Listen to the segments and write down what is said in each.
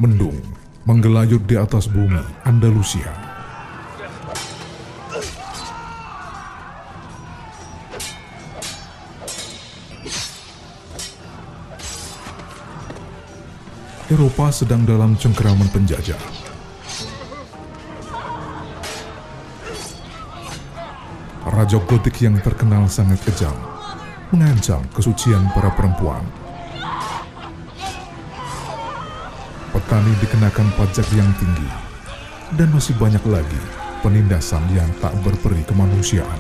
Mendung menggelayut di atas bumi Andalusia. Eropa sedang dalam cengkeraman penjajah. Raja Gotik yang terkenal sangat kejam mengancam kesucian para perempuan. Petani dikenakan pajak yang tinggi, dan masih banyak lagi penindasan yang tak berperi kemanusiaan.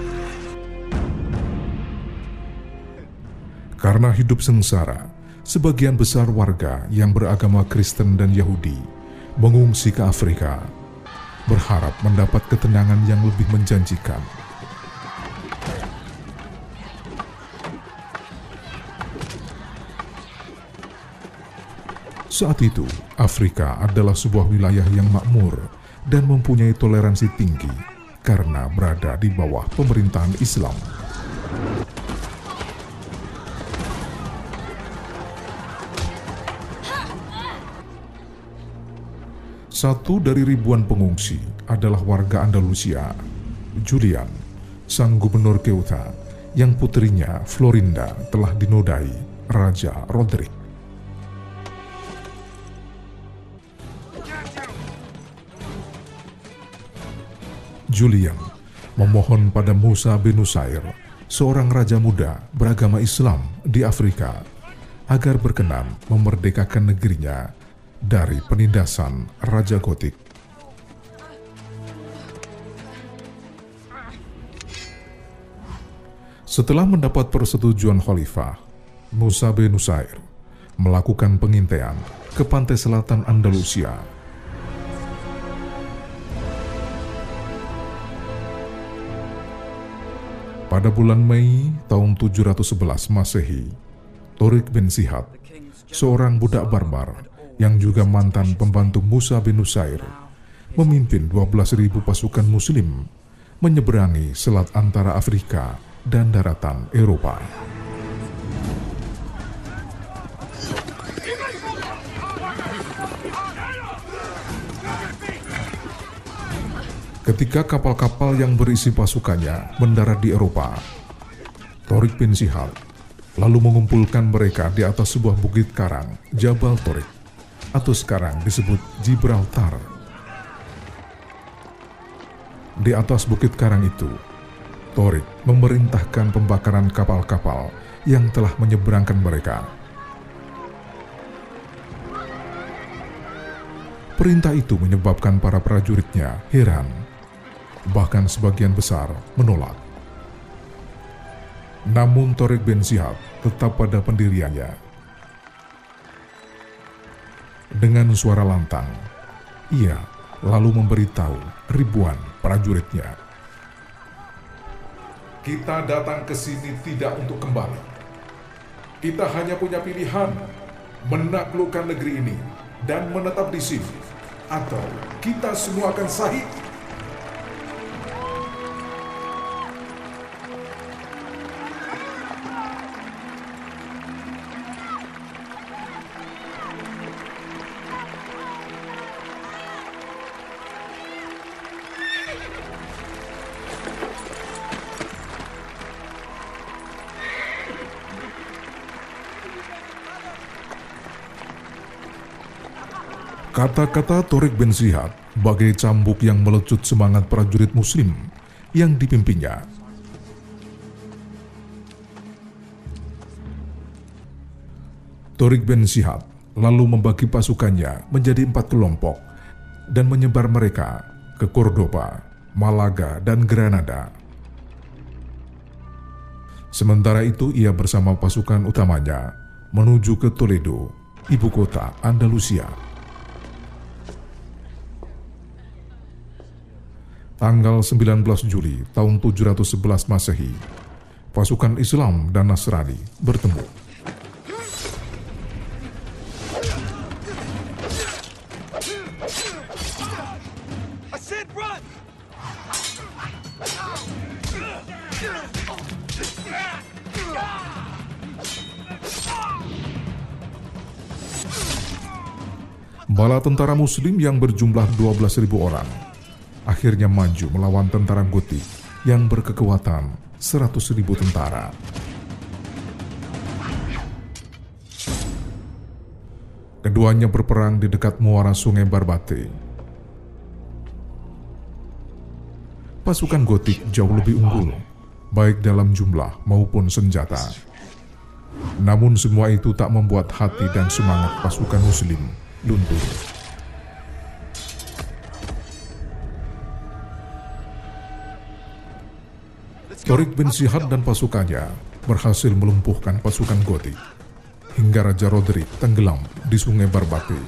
Karena hidup sengsara, sebagian besar warga yang beragama Kristen dan Yahudi mengungsi ke Afrika, berharap mendapat ketenangan yang lebih menjanjikan. Saat itu, Afrika adalah sebuah wilayah yang makmur dan mempunyai toleransi tinggi karena berada di bawah pemerintahan Islam. Satu dari ribuan pengungsi adalah warga Andalusia, Julian, sang gubernur Ceuta, yang putrinya Florinda telah dinodai Raja Roderick. Julian memohon pada Musa bin Nusair, seorang raja muda beragama Islam di Afrika, agar berkenan memerdekakan negerinya dari penindasan Raja Gotik. Setelah mendapat persetujuan Khalifah, Musa bin Nusair melakukan pengintaian ke pantai selatan Andalusia. Pada bulan Mei tahun 711 Masehi, Torik bin Ziyad, seorang budak barbar yang juga mantan pembantu Musa bin Nusair, memimpin 12.000 pasukan Muslim menyeberangi selat antara Afrika dan daratan Eropa. Ketika kapal-kapal yang berisi pasukannya mendarat di Eropa, Torik bin Ziyad lalu mengumpulkan mereka di atas sebuah bukit karang, Jabal Torik, atau sekarang disebut Gibraltar. Di atas bukit karang itu, Torik memerintahkan pembakaran kapal-kapal yang telah menyeberangkan mereka. Perintah itu menyebabkan para prajuritnya heran, bahkan sebagian besar menolak. Namun Torik bin Ziyad tetap pada pendiriannya. Dengan suara lantang, ia lalu memberitahu ribuan prajuritnya, "Kita datang ke sini tidak untuk kembali. Kita hanya punya pilihan, menaklukkan negeri ini dan menetap di sini, atau kita semua akan syahid." Kata-kata Torik bin Ziyad bagai cambuk yang melecut semangat prajurit Muslim yang dipimpinnya. Torik bin Ziyad lalu membagi pasukannya menjadi 4 kelompok dan menyebar mereka ke Cordoba, Malaga, dan Granada. Sementara itu ia bersama pasukan utamanya menuju ke Toledo, ibu kota Andalusia. Tanggal 19 Juli tahun 711 Masehi, pasukan Islam dan Nasrani bertemu. Bala tentara Muslim yang berjumlah 12.000 orang akhirnya maju melawan tentara Gotik yang berkekuatan 100.000 tentara. Keduanya berperang di dekat muara Sungai Barbate. Pasukan Gotik jauh lebih unggul, baik dalam jumlah maupun senjata. Namun semua itu tak membuat hati dan semangat pasukan Muslim luntur. Torik bin Ziyad dan pasukannya berhasil melumpuhkan pasukan Gotik hingga Raja Roderick tenggelam di Sungai Barbate.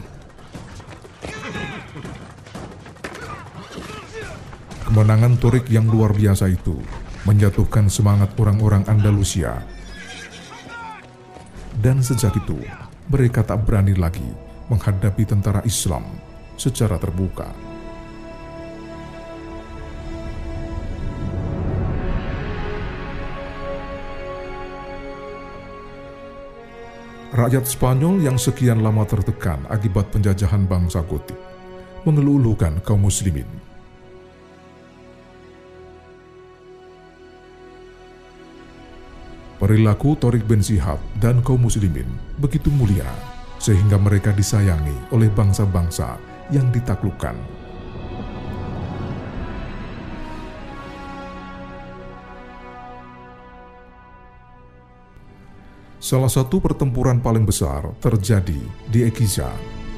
Kemenangan Torik yang luar biasa itu menjatuhkan semangat orang-orang Andalusia. Dan sejak itu, mereka tak berani lagi menghadapi tentara Islam secara terbuka. Rakyat Spanyol yang sekian lama tertekan akibat penjajahan bangsa Gotik mengeluh-elukan kaum muslimin. Perilaku Torik bin Ziyad dan kaum muslimin begitu mulia sehingga mereka disayangi oleh bangsa-bangsa yang ditaklukkan. Salah satu pertempuran paling besar terjadi di Ecija.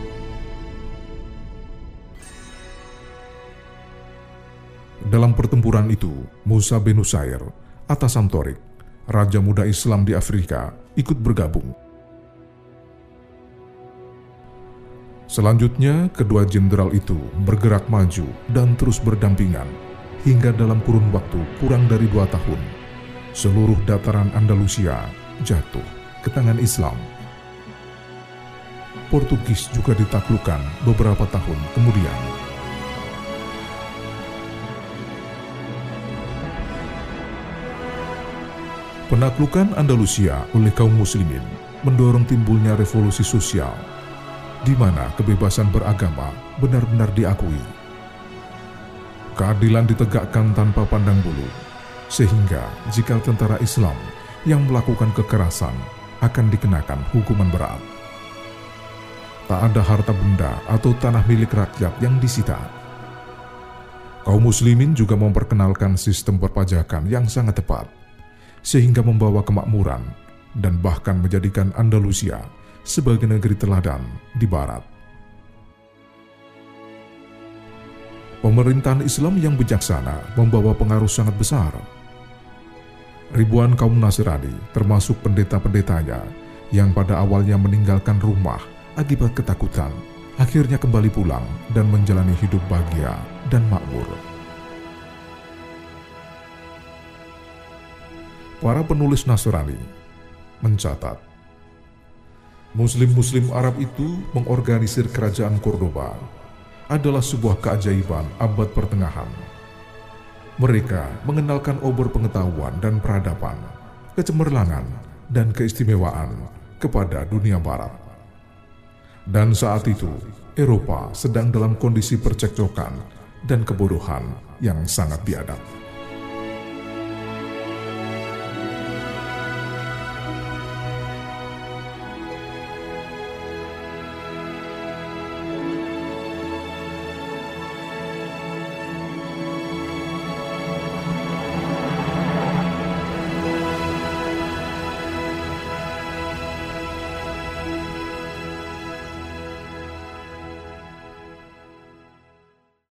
Dalam pertempuran itu, Musa bin Nusair, atasan Torik, raja muda Islam di Afrika, ikut bergabung. Selanjutnya, kedua jenderal itu bergerak maju dan terus berdampingan hingga dalam kurun waktu kurang dari 2 tahun, seluruh dataran Andalusia jatuh ke tangan Islam. Portugis juga ditaklukkan beberapa tahun kemudian. Penaklukan Andalusia oleh kaum muslimin mendorong timbulnya revolusi sosial, di mana kebebasan beragama benar-benar diakui. Keadilan ditegakkan tanpa pandang bulu, sehingga jika tentara Islam yang melakukan kekerasan akan dikenakan hukuman berat. Tak ada harta benda atau tanah milik rakyat yang disita. Kaum muslimin juga memperkenalkan sistem perpajakan yang sangat tepat, sehingga membawa kemakmuran dan bahkan menjadikan Andalusia sebagai negeri teladan di barat. Pemerintahan Islam yang bijaksana membawa pengaruh sangat besar. Ribuan kaum Nasrani, termasuk pendeta-pendetanya, yang pada awalnya meninggalkan rumah akibat ketakutan, akhirnya kembali pulang dan menjalani hidup bahagia dan makmur. Para penulis Nasrani mencatat, Muslim-Muslim Arab itu mengorganisir kerajaan Cordoba adalah sebuah keajaiban abad pertengahan. Mereka mengenalkan obor pengetahuan dan peradaban, kecemerlangan dan keistimewaan kepada dunia barat. Dan saat itu, Eropa sedang dalam kondisi percekcokan dan kebodohan yang sangat biadab.